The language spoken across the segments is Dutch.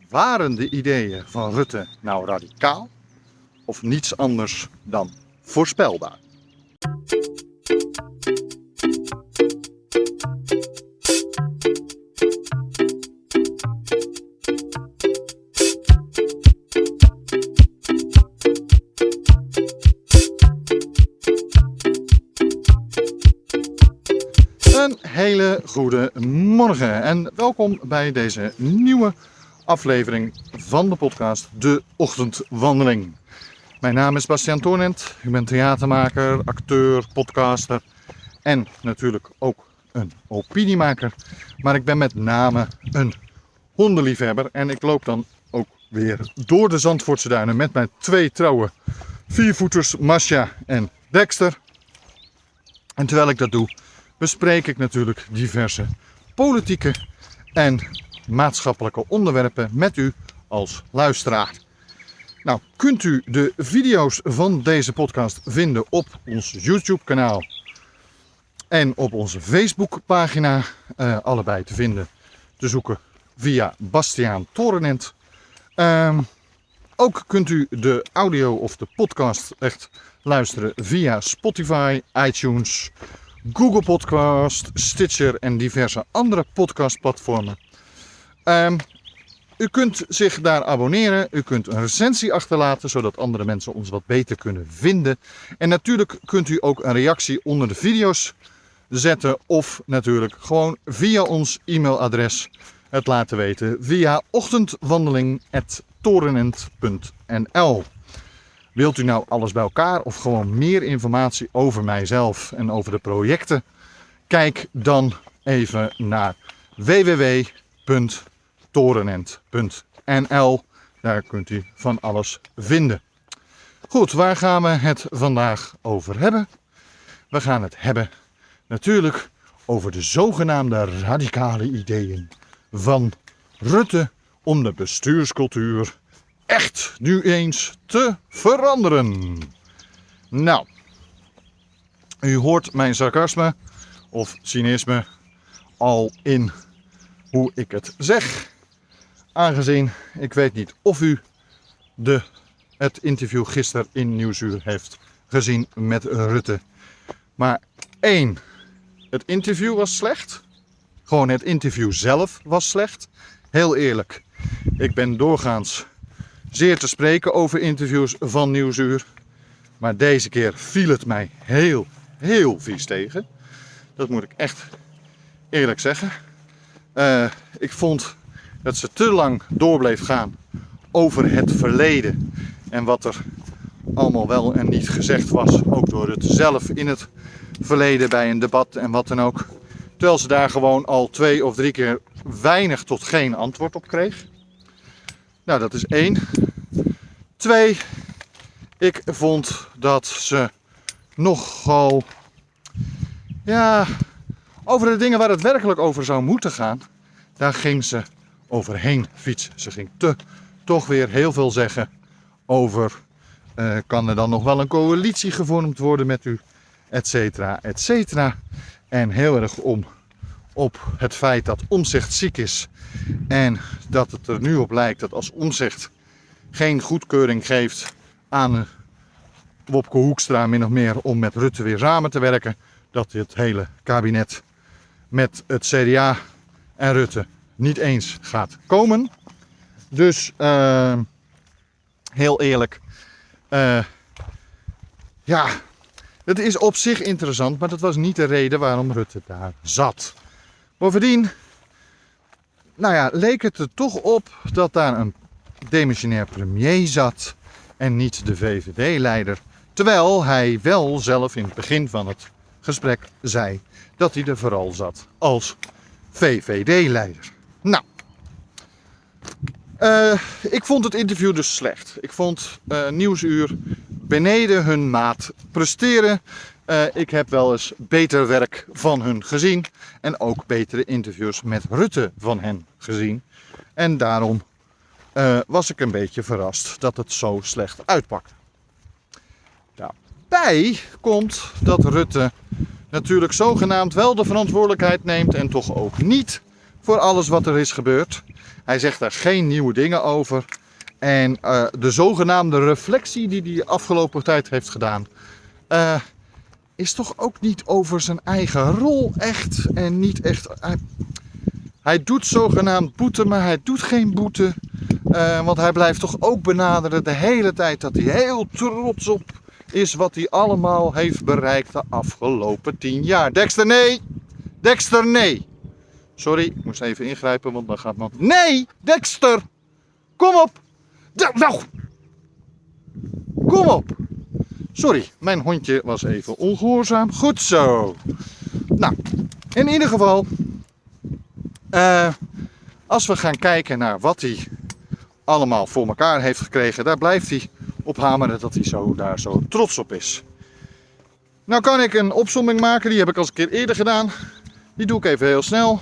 waren de ideeën van Rutte nou radicaal of niets anders dan voorspelbaar? Een hele goede morgen en welkom bij deze nieuwe aflevering van de podcast De Ochtendwandeling. Mijn naam is Bastiaan Toornent, ik ben theatermaker, acteur, podcaster en natuurlijk ook een opiniemaker. Maar ik ben met name een hondenliefhebber en ik loop dan ook weer door de Zandvoortse duinen met mijn twee trouwe viervoeters Masha en Dexter. En terwijl ik dat doe, bespreek ik natuurlijk diverse politieke en maatschappelijke onderwerpen met u als luisteraar. Nou, kunt u de video's van deze podcast vinden op ons YouTube kanaal en op onze Facebook pagina, allebei te vinden, te zoeken via Bastiaan Toornent. Ook kunt u de audio of de podcast echt luisteren via Spotify, iTunes, Google Podcast, Stitcher en diverse andere podcastplatformen. U kunt zich daar abonneren, u kunt een recensie achterlaten zodat andere mensen ons wat beter kunnen vinden. En natuurlijk kunt u ook een reactie onder de video's zetten of natuurlijk gewoon via ons e-mailadres het laten weten via ochtendwandeling@torenent.nl. Wilt u nou alles bij elkaar of gewoon meer informatie over mijzelf en over de projecten? Kijk dan even naar www.torenent.nl. Daar kunt u van alles vinden. Goed, waar gaan we het vandaag over hebben? We gaan het hebben natuurlijk over de zogenaamde radicale ideeën van Rutte om de bestuurscultuur echt nu eens te veranderen. Nou, u hoort mijn sarcasme of cynisme al in hoe ik het zeg. Aangezien ik weet niet of u het interview gisteren in Nieuwsuur heeft gezien met Rutte. Maar 1, het interview was slecht. Gewoon het interview zelf was slecht. Heel eerlijk, ik ben doorgaans zeer te spreken over interviews van Nieuwsuur. Maar deze keer viel het mij heel vies tegen. Dat moet ik echt eerlijk zeggen. Ik vond dat ze te lang door bleef gaan over het verleden. En wat er allemaal wel en niet gezegd was. Ook door het zelf in het verleden bij een debat en wat dan ook. Terwijl ze daar gewoon al 2 of 3 keer weinig tot geen antwoord op kreeg. Nou, dat is 1. 2, ik vond dat ze nogal, over de dingen waar het werkelijk over zou moeten gaan, daar ging ze overheen fietsen. Ze ging toch weer heel veel zeggen over, kan er dan nog wel een coalitie gevormd worden met u, et cetera. En heel erg op het feit dat Omtzigt ziek is en dat het er nu op lijkt dat als Omtzigt geen goedkeuring geeft aan Wopke Hoekstra min of meer om met Rutte weer samen te werken, dat het hele kabinet met het CDA en Rutte niet eens gaat komen. Dus heel eerlijk, het is op zich interessant, maar dat was niet de reden waarom Rutte daar zat. Bovendien, leek het er toch op dat daar een demissionair premier zat en niet de VVD-leider. Terwijl hij wel zelf in het begin van het gesprek zei dat hij er vooral zat als VVD-leider. Nou, ik vond het interview dus slecht. Ik vond Nieuwsuur beneden hun maat presteren. Ik heb wel eens beter werk van hun gezien. En ook betere interviews met Rutte van hen gezien. En daarom was ik een beetje verrast dat het zo slecht uitpakte. Daarbij komt dat Rutte natuurlijk zogenaamd wel de verantwoordelijkheid neemt en toch ook niet voor alles wat er is gebeurd. Hij zegt daar geen nieuwe dingen over. En de zogenaamde reflectie die hij de afgelopen tijd heeft gedaan, is toch ook niet over zijn eigen rol echt. En niet echt. Hij doet zogenaamd boete, maar hij doet geen boete. Want hij blijft toch ook benaderen de hele tijd dat hij heel trots op is wat hij allemaal heeft bereikt de afgelopen 10 jaar. Dexter, nee! Dexter, nee! Sorry, ik moest even ingrijpen, want dan gaat man. Nee! Dexter! Kom op! Nou! Kom op! Sorry, mijn hondje was even ongehoorzaam. Goed zo! Nou, in ieder geval, als we gaan kijken naar wat hij allemaal voor elkaar heeft gekregen, daar blijft hij op hameren dat hij daar zo trots op is. Nou kan ik een opsomming maken, die heb ik al eens een keer eerder gedaan. Die doe ik even heel snel.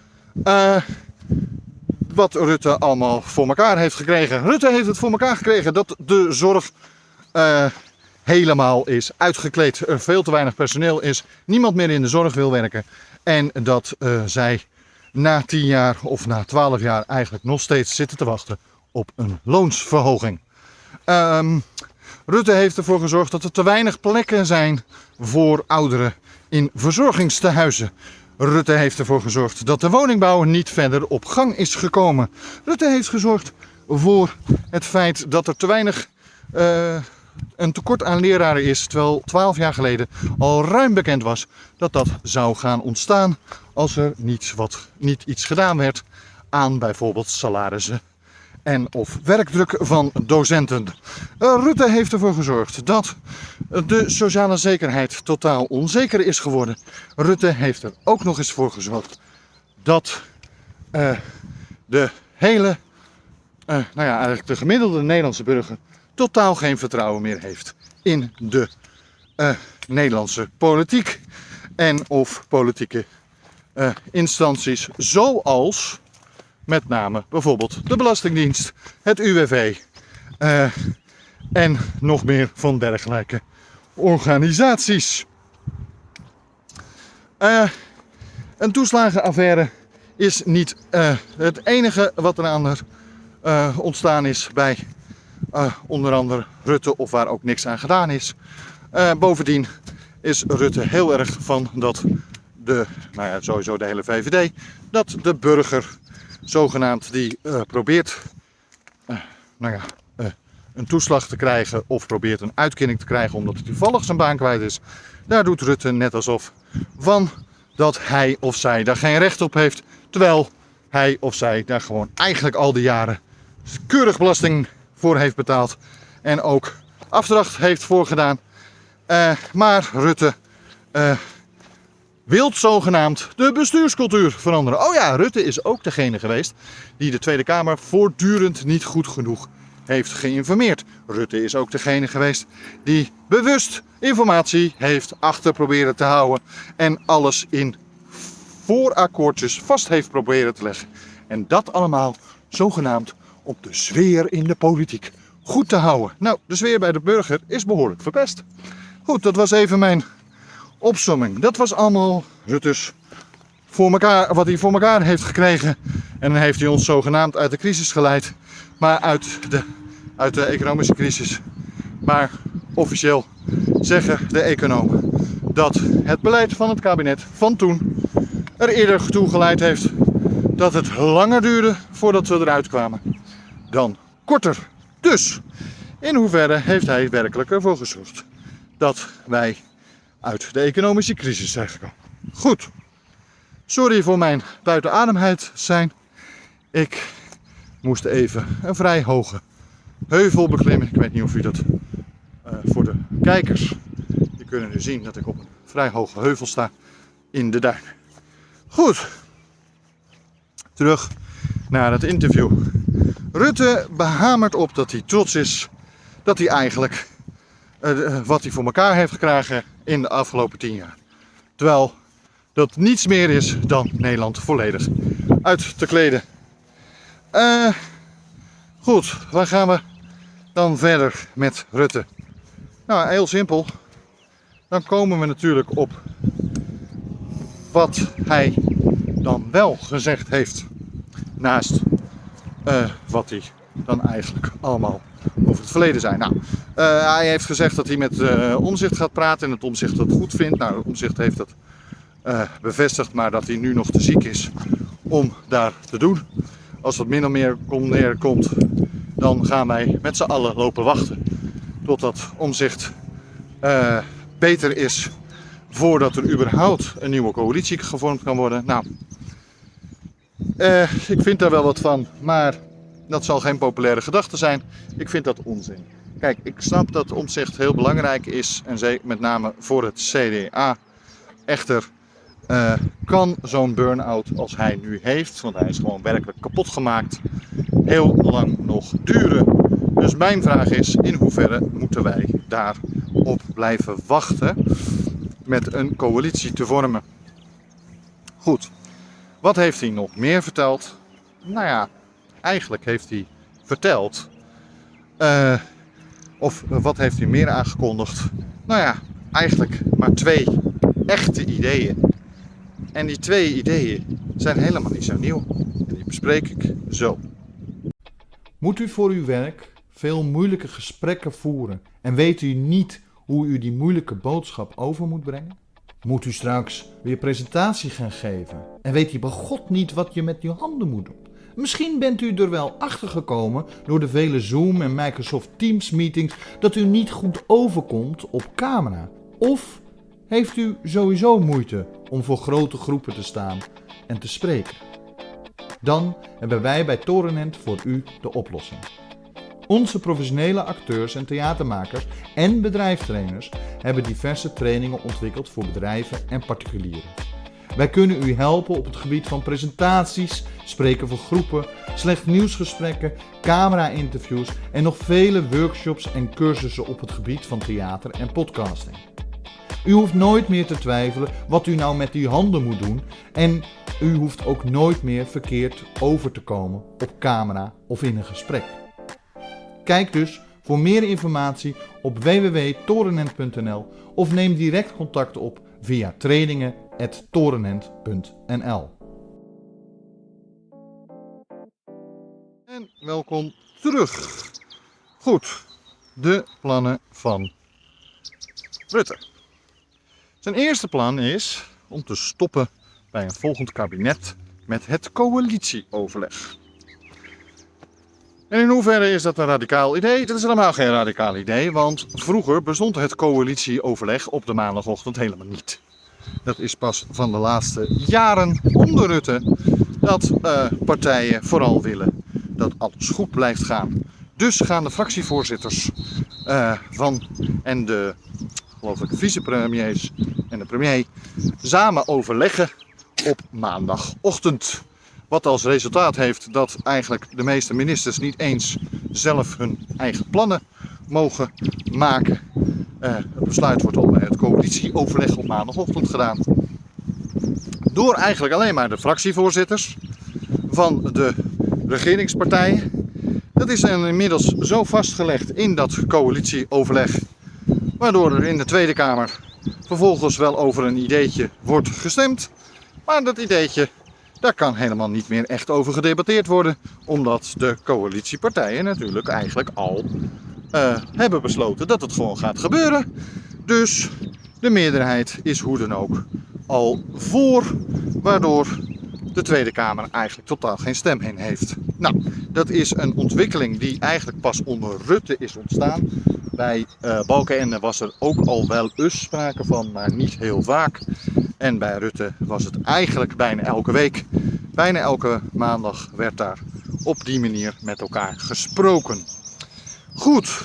Wat Rutte allemaal voor elkaar heeft gekregen. Rutte heeft het voor elkaar gekregen dat de zorg helemaal is uitgekleed. Er veel te weinig personeel is. Niemand meer in de zorg wil werken. En dat zij na 10 jaar of na 12 jaar eigenlijk nog steeds zitten te wachten op een loonsverhoging. Rutte heeft ervoor gezorgd dat er te weinig plekken zijn voor ouderen in verzorgingstehuizen. Rutte heeft ervoor gezorgd dat de woningbouw niet verder op gang is gekomen. Rutte heeft gezorgd voor het feit dat er te weinig een tekort aan leraren is, terwijl 12 jaar geleden al ruim bekend was dat dat zou gaan ontstaan als er niet iets gedaan werd aan bijvoorbeeld salarissen en of werkdruk van docenten. Rutte heeft ervoor gezorgd dat de sociale zekerheid totaal onzeker is geworden. Rutte heeft er ook nog eens voor gezorgd dat de hele, eigenlijk de gemiddelde Nederlandse burger totaal geen vertrouwen meer heeft in de Nederlandse politiek en of politieke instanties zoals met name bijvoorbeeld de Belastingdienst, het UWV en nog meer van dergelijke organisaties. Een toeslagenaffaire is niet het enige wat er aan ontstaan is bij onder andere Rutte of waar ook niks aan gedaan is. Bovendien is Rutte heel erg van dat sowieso de hele VVD, dat de burger zogenaamd die probeert een toeslag te krijgen of probeert een uitkering te krijgen omdat hij toevallig zijn baan kwijt is. Daar doet Rutte net alsof van dat hij of zij daar geen recht op heeft. Terwijl hij of zij daar gewoon eigenlijk al die jaren keurig belasting voor heeft betaald. En ook afdracht heeft voorgedaan. Maar Rutte wil zogenaamd de bestuurscultuur veranderen. Oh ja, Rutte is ook degene geweest die de Tweede Kamer voortdurend niet goed genoeg heeft geïnformeerd. Rutte is ook degene geweest die bewust informatie heeft achter proberen te houden. En alles in voorakkoordjes vast heeft proberen te leggen. En dat allemaal zogenaamd om de sfeer in de politiek goed te houden. Nou, de sfeer bij de burger is behoorlijk verpest. Goed, dat was even mijn opsomming. Dat was allemaal Rutte's voor elkaar, wat hij voor elkaar heeft gekregen. En dan heeft hij ons zogenaamd uit de crisis geleid. Maar uit de economische crisis. Maar officieel zeggen de economen dat het beleid van het kabinet van toen er eerder toe geleid heeft dat het langer duurde voordat we eruit kwamen dan korter. Dus in hoeverre heeft hij werkelijk ervoor gezorgd dat wij uit de economische crisis zijn gekomen. Goed. Sorry voor mijn buitenademheid zijn. Ik moest even een vrij hoge heuvel beklimmen. Ik weet niet of u dat voor de kijkers. Die kunnen nu zien dat ik op een vrij hoge heuvel sta in de duin. Goed. Terug naar het interview. Rutte behamert op dat hij trots is dat hij eigenlijk wat hij voor elkaar heeft gekregen in de afgelopen 10 jaar. Terwijl dat niets meer is dan Nederland volledig uit te kleden. Goed, waar gaan we dan verder met Rutte? Nou, heel simpel. Dan komen we natuurlijk op wat hij dan wel gezegd heeft. Naast wat hij dan eigenlijk allemaal over het verleden zijn. Nou, hij heeft gezegd dat hij met Omtzigt gaat praten en dat Omtzigt dat goed vindt. Nou, Omtzigt heeft dat bevestigd, maar dat hij nu nog te ziek is om daar te doen. Als het min of meer neerkomt, dan gaan wij met z'n allen lopen wachten totdat Omtzigt beter is voordat er überhaupt een nieuwe coalitie gevormd kan worden. Nou, ik vind daar wel wat van, maar dat zal geen populaire gedachte zijn. Ik vind dat onzin. Kijk, ik snap dat Omtzigt heel belangrijk is en met name voor het CDA. Echter kan zo'n burn-out als hij nu heeft, want hij is gewoon werkelijk kapot gemaakt, heel lang nog duren. Dus mijn vraag is, in hoeverre moeten wij daarop blijven wachten met een coalitie te vormen? Goed, wat heeft hij nog meer verteld? Nou ja, eigenlijk heeft hij verteld, of wat heeft hij meer aangekondigd? Nou ja, eigenlijk maar 2 echte ideeën. En die 2 ideeën zijn helemaal niet zo nieuw. En die bespreek ik zo. Moet u voor uw werk veel moeilijke gesprekken voeren en weet u niet hoe u die moeilijke boodschap over moet brengen? Moet u straks weer presentatie gaan geven en weet u bij God niet wat je met uw handen moet doen? Misschien bent u er wel achter gekomen door de vele Zoom en Microsoft Teams meetings dat u niet goed overkomt op camera. Of heeft u sowieso moeite om voor grote groepen te staan en te spreken? Dan hebben wij bij Torenent voor u de oplossing. Onze professionele acteurs en theatermakers en bedrijfstrainers hebben diverse trainingen ontwikkeld voor bedrijven en particulieren. Wij kunnen u helpen op het gebied van presentaties, spreken voor groepen, slecht nieuwsgesprekken, camera-interviews en nog vele workshops en cursussen op het gebied van theater en podcasting. U hoeft nooit meer te twijfelen wat u nou met uw handen moet doen en u hoeft ook nooit meer verkeerd over te komen op camera of in een gesprek. Kijk dus voor meer informatie op www.torenent.nl of neem direct contact op via trainingen@torenent.nl. En welkom terug. Goed, de plannen van Rutte. Zijn eerste plan is om te stoppen bij een volgend kabinet met het coalitieoverleg. En in hoeverre is dat een radicaal idee? Dat is helemaal geen radicaal idee, want vroeger bestond het coalitieoverleg op de maandagochtend helemaal niet. Dat is pas van de laatste jaren onder Rutte dat partijen vooral willen dat alles goed blijft gaan. Dus gaan de fractievoorzitters en de geloof ik vicepremiers en de premier samen overleggen op maandagochtend. Wat als resultaat heeft dat eigenlijk de meeste ministers niet eens zelf hun eigen plannen mogen maken. Het besluit wordt al bij het coalitieoverleg op maandagochtend gedaan. Door eigenlijk alleen maar de fractievoorzitters van de regeringspartijen. Dat is inmiddels zo vastgelegd in dat coalitieoverleg, waardoor er in de Tweede Kamer vervolgens wel over een ideetje wordt gestemd. Maar dat ideetje, daar kan helemaal niet meer echt over gedebatteerd worden, omdat de coalitiepartijen natuurlijk eigenlijk al hebben besloten dat het gewoon gaat gebeuren. Dus de meerderheid is hoe dan ook al voor, waardoor de Tweede Kamer eigenlijk totaal geen stem in heeft. Nou, dat is een ontwikkeling die eigenlijk pas onder Rutte is ontstaan. Bij Balkenende was er ook al wel eens sprake van, maar niet heel vaak. En bij Rutte was het eigenlijk bijna elke week. Bijna elke maandag werd daar op die manier met elkaar gesproken. Goed.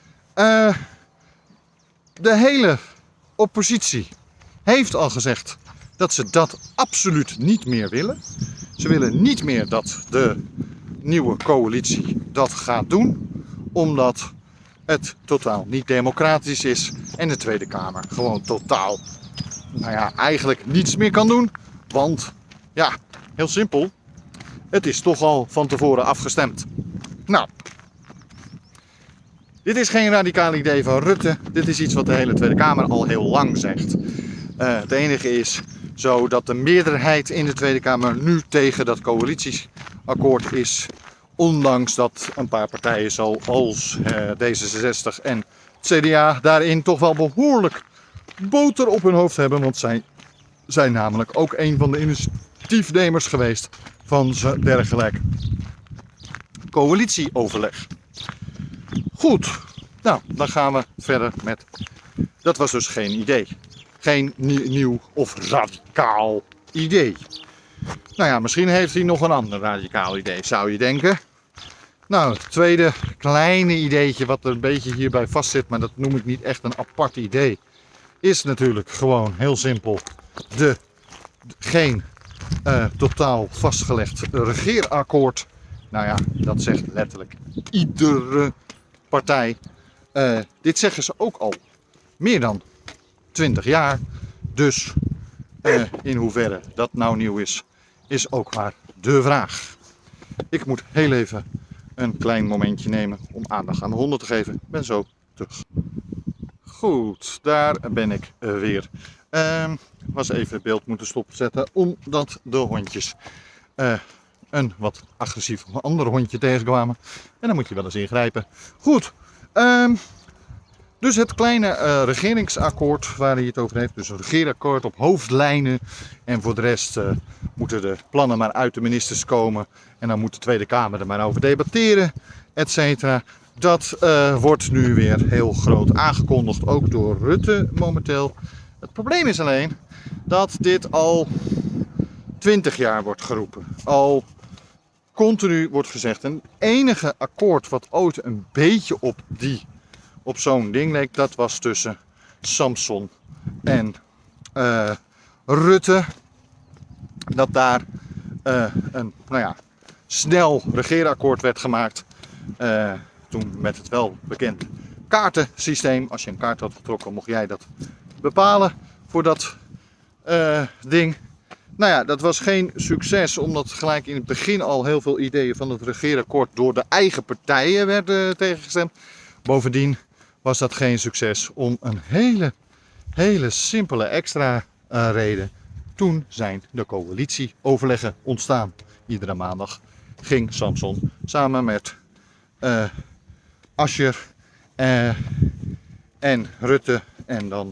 De hele oppositie heeft al gezegd dat ze dat absoluut niet meer willen. Ze willen niet meer dat de nieuwe coalitie dat gaat doen, omdat het totaal niet democratisch is en de Tweede Kamer gewoon totaal, eigenlijk niets meer kan doen. Want, heel simpel, het is toch al van tevoren afgestemd. Nou, dit is geen radicaal idee van Rutte. Dit is iets wat de hele Tweede Kamer al heel lang zegt. Het enige is zo dat de meerderheid in de Tweede Kamer nu tegen dat coalitieakkoord is, Ondanks dat een paar partijen zoals D66 en het CDA daarin toch wel behoorlijk boter op hun hoofd hebben. Want zij zijn namelijk ook een van de initiatiefnemers geweest van dergelijk coalitieoverleg. Goed, nou dan gaan we verder met... Dat was dus geen idee. Geen nieuw of radicaal idee. Nou ja, misschien heeft hij nog een ander radicaal idee, zou je denken. Nou, het tweede kleine ideetje wat er een beetje hierbij vastzit, maar dat noem ik niet echt een apart idee, is natuurlijk gewoon heel simpel geen totaal vastgelegd regeerakkoord. Nou ja, dat zegt letterlijk iedere partij. Dit zeggen ze ook al meer dan 20 jaar. Dus in hoeverre dat nou nieuw is ook maar de vraag. Ik moet heel even een klein momentje nemen om aandacht aan de honden te geven. Ik ben zo terug. Goed, daar ben ik weer. Was even het beeld moeten stopzetten omdat de hondjes een wat agressief ander hondje tegenkwamen. En dan moet je wel eens ingrijpen. Goed, dus het kleine regeringsakkoord waar hij het over heeft. Dus een regeerakkoord op hoofdlijnen. En voor de rest moeten de plannen maar uit de ministers komen. En dan moet de Tweede Kamer er maar over debatteren, etc. Dat wordt nu weer heel groot aangekondigd, ook door Rutte momenteel. Het probleem is alleen dat dit al 20 jaar wordt geroepen. Al continu wordt gezegd. En het enige akkoord wat ooit een beetje op zo'n ding leek, dat was tussen Samson en Rutte. Dat daar een snel regeerakkoord werd gemaakt. Toen met het wel bekend kaartensysteem. Als je een kaart had getrokken, mocht jij dat bepalen voor dat ding. Nou ja, dat was geen succes, omdat gelijk in het begin al heel veel ideeën van het regeerakkoord door de eigen partijen werden tegengestemd. Bovendien was dat geen succes om een hele simpele extra reden. Toen zijn de coalitieoverleggen ontstaan. Iedere maandag ging Samson samen met Asscher en Rutte en dan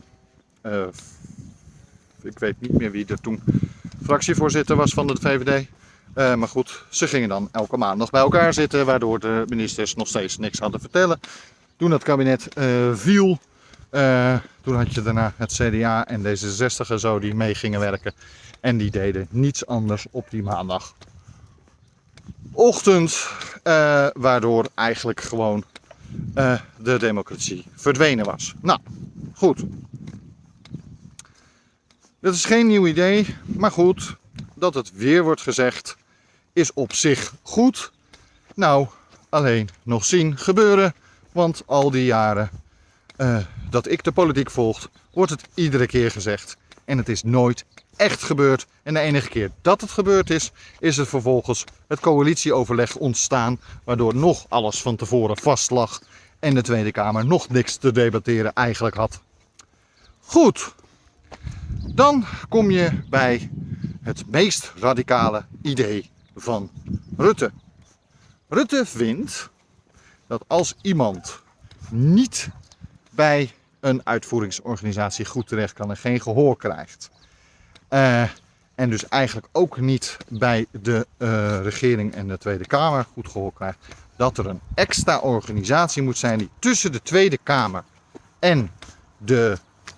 ik weet niet meer wie er toen fractievoorzitter was van de VVD. Maar goed, ze gingen dan elke maandag bij elkaar zitten, waardoor de ministers nog steeds niks hadden vertellen. Toen het kabinet viel, toen had je daarna het CDA en D66 en zo die mee gingen werken. En die deden niets anders op die maandagochtend, waardoor eigenlijk gewoon de democratie verdwenen was. Nou, goed. Dat is geen nieuw idee, maar goed, dat het weer wordt gezegd is op zich goed. Nou, alleen nog zien gebeuren, want al die jaren dat ik de politiek volg, wordt het iedere keer gezegd. En het is nooit echt gebeurd. En de enige keer dat het gebeurd is er vervolgens het coalitieoverleg ontstaan, waardoor nog alles van tevoren vast lag en de Tweede Kamer nog niks te debatteren eigenlijk had. Goed. Dan kom je bij het meest radicale idee van Rutte. Rutte vindt dat als iemand niet bij een uitvoeringsorganisatie goed terecht kan en geen gehoor krijgt, en dus eigenlijk ook niet bij de regering en de Tweede Kamer goed gehoor krijgt, dat er een extra organisatie moet zijn die tussen de Tweede Kamer en de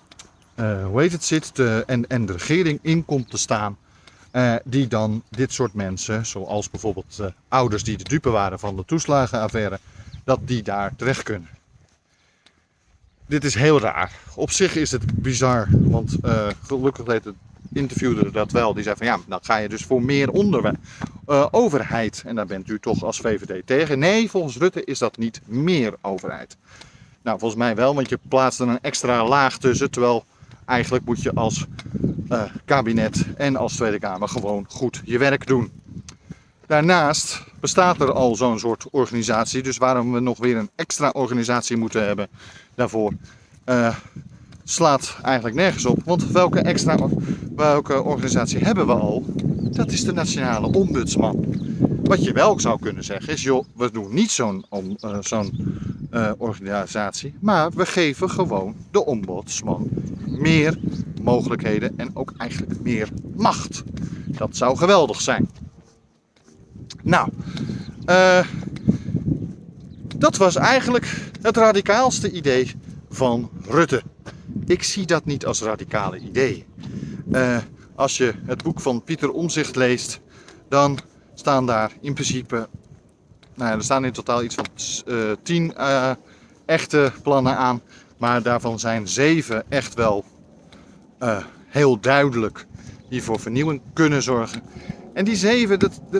en de regering in komt te staan, die dan dit soort mensen, zoals bijvoorbeeld ouders die de dupe waren van de toeslagenaffaire, dat die daar terecht kunnen. Dit is heel raar. Op zich is het bizar, want gelukkig deed het interviewder dat wel. Die zei van ja, dan ga je dus voor meer overheid. En daar bent u toch als VVD tegen. Nee, volgens Rutte is dat niet meer overheid. Nou, volgens mij wel, want je plaatst er een extra laag tussen, terwijl eigenlijk moet je als kabinet en als Tweede Kamer gewoon goed je werk doen. Daarnaast bestaat er al zo'n soort organisatie, dus waarom we nog weer een extra organisatie moeten hebben daarvoor, slaat eigenlijk nergens op. Want welke organisatie hebben we al? Dat is de Nationale Ombudsman. Wat je wel zou kunnen zeggen is, joh, we doen niet zo'n organisatie, maar we geven gewoon de ombudsman meer mogelijkheden en ook eigenlijk meer macht. Dat zou geweldig zijn. Nou, dat was eigenlijk het radicaalste idee van Rutte. Ik zie dat niet als radicale ideeën. Als je het boek van Pieter Omtzigt leest, dan staan daar in principe, nou ja, er staan in totaal iets van 10 echte plannen aan, maar daarvan zijn 7 echt wel heel duidelijk die voor vernieuwing kunnen zorgen. En die 7,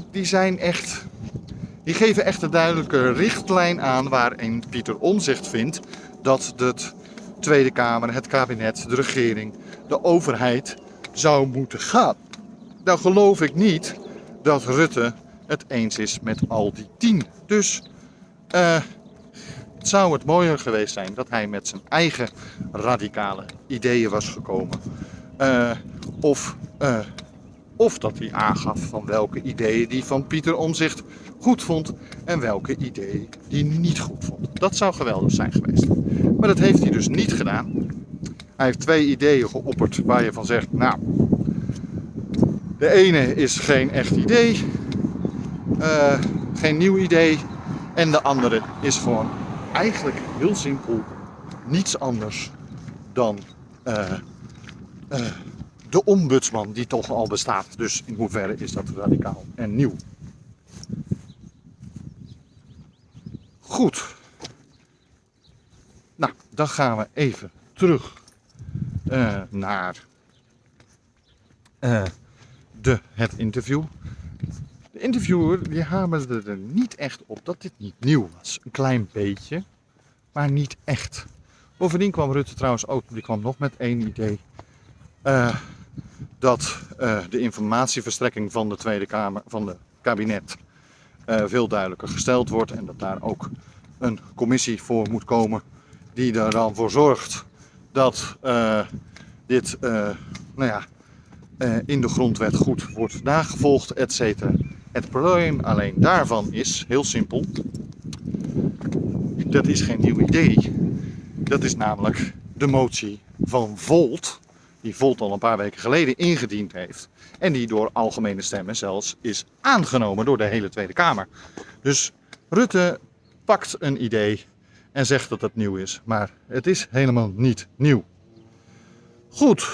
die geven echt een duidelijke richtlijn aan waarin Pieter Omtzigt vindt dat de Tweede Kamer, het kabinet, de regering, de overheid zou moeten gaan. Nou geloof ik niet dat Rutte het eens is met al die 10. Dus zou het mooier geweest zijn dat hij met zijn eigen radicale ideeën was gekomen. Of dat hij aangaf van welke ideeën die van Pieter Omtzigt goed vond en welke ideeën die niet goed vond. Dat zou geweldig zijn geweest. Maar dat heeft hij dus niet gedaan. Hij heeft 2 ideeën geopperd waar je van zegt, nou, de ene is geen echt idee, geen nieuw idee. En de andere is gewoon eigenlijk heel simpel niets anders dan de ombudsman die toch al bestaat. Dus in hoeverre is dat radicaal en nieuw? Goed. Nou, dan gaan we even terug naar het interview. De interviewer die hamerde er niet echt op dat dit niet nieuw was. Een klein beetje, maar niet echt. Bovendien kwam Rutte trouwens ook, die kwam nog met 1 idee. Dat de informatieverstrekking van de Tweede Kamer, van het kabinet, veel duidelijker gesteld wordt. En dat daar ook een commissie voor moet komen die er dan voor zorgt dat dit in de grondwet goed wordt nagevolgd, etc. Het probleem alleen daarvan is, heel simpel, dat is geen nieuw idee. Dat is namelijk de motie van Volt, die Volt al een paar weken geleden ingediend heeft. En die door algemene stemmen zelfs is aangenomen door de hele Tweede Kamer. Dus Rutte pakt een idee en zegt dat het nieuw is. Maar het is helemaal niet nieuw. Goed.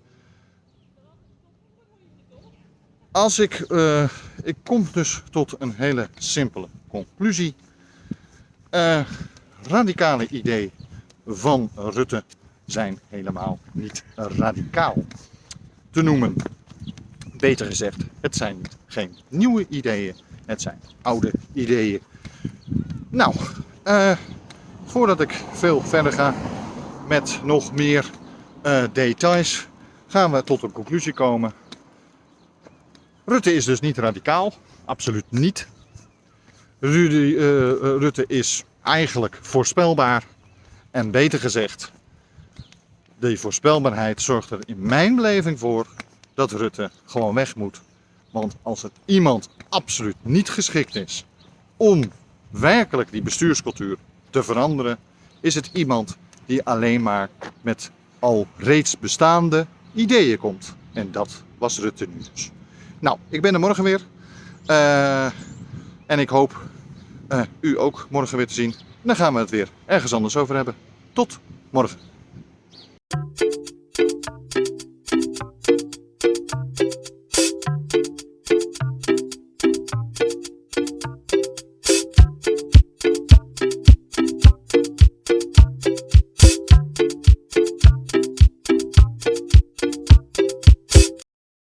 Ik kom dus tot een hele simpele conclusie. Radicale ideeën van Rutte zijn helemaal niet radicaal te noemen. Beter gezegd, het zijn geen nieuwe ideeën, het zijn oude ideeën. Nou, voordat ik veel verder ga met nog meer details, gaan we tot een conclusie komen. Rutte is dus niet radicaal, absoluut niet. Rutte is eigenlijk voorspelbaar en beter gezegd, de voorspelbaarheid zorgt er in mijn beleving voor dat Rutte gewoon weg moet. Want als er iemand absoluut niet geschikt is om werkelijk die bestuurscultuur te veranderen, is het iemand die alleen maar met al reeds bestaande ideeën komt. En dat was Rutte nu dus. Nou, ik ben er morgen weer. En ik hoop u ook morgen weer te zien. Dan gaan we het weer ergens anders over hebben. Tot morgen.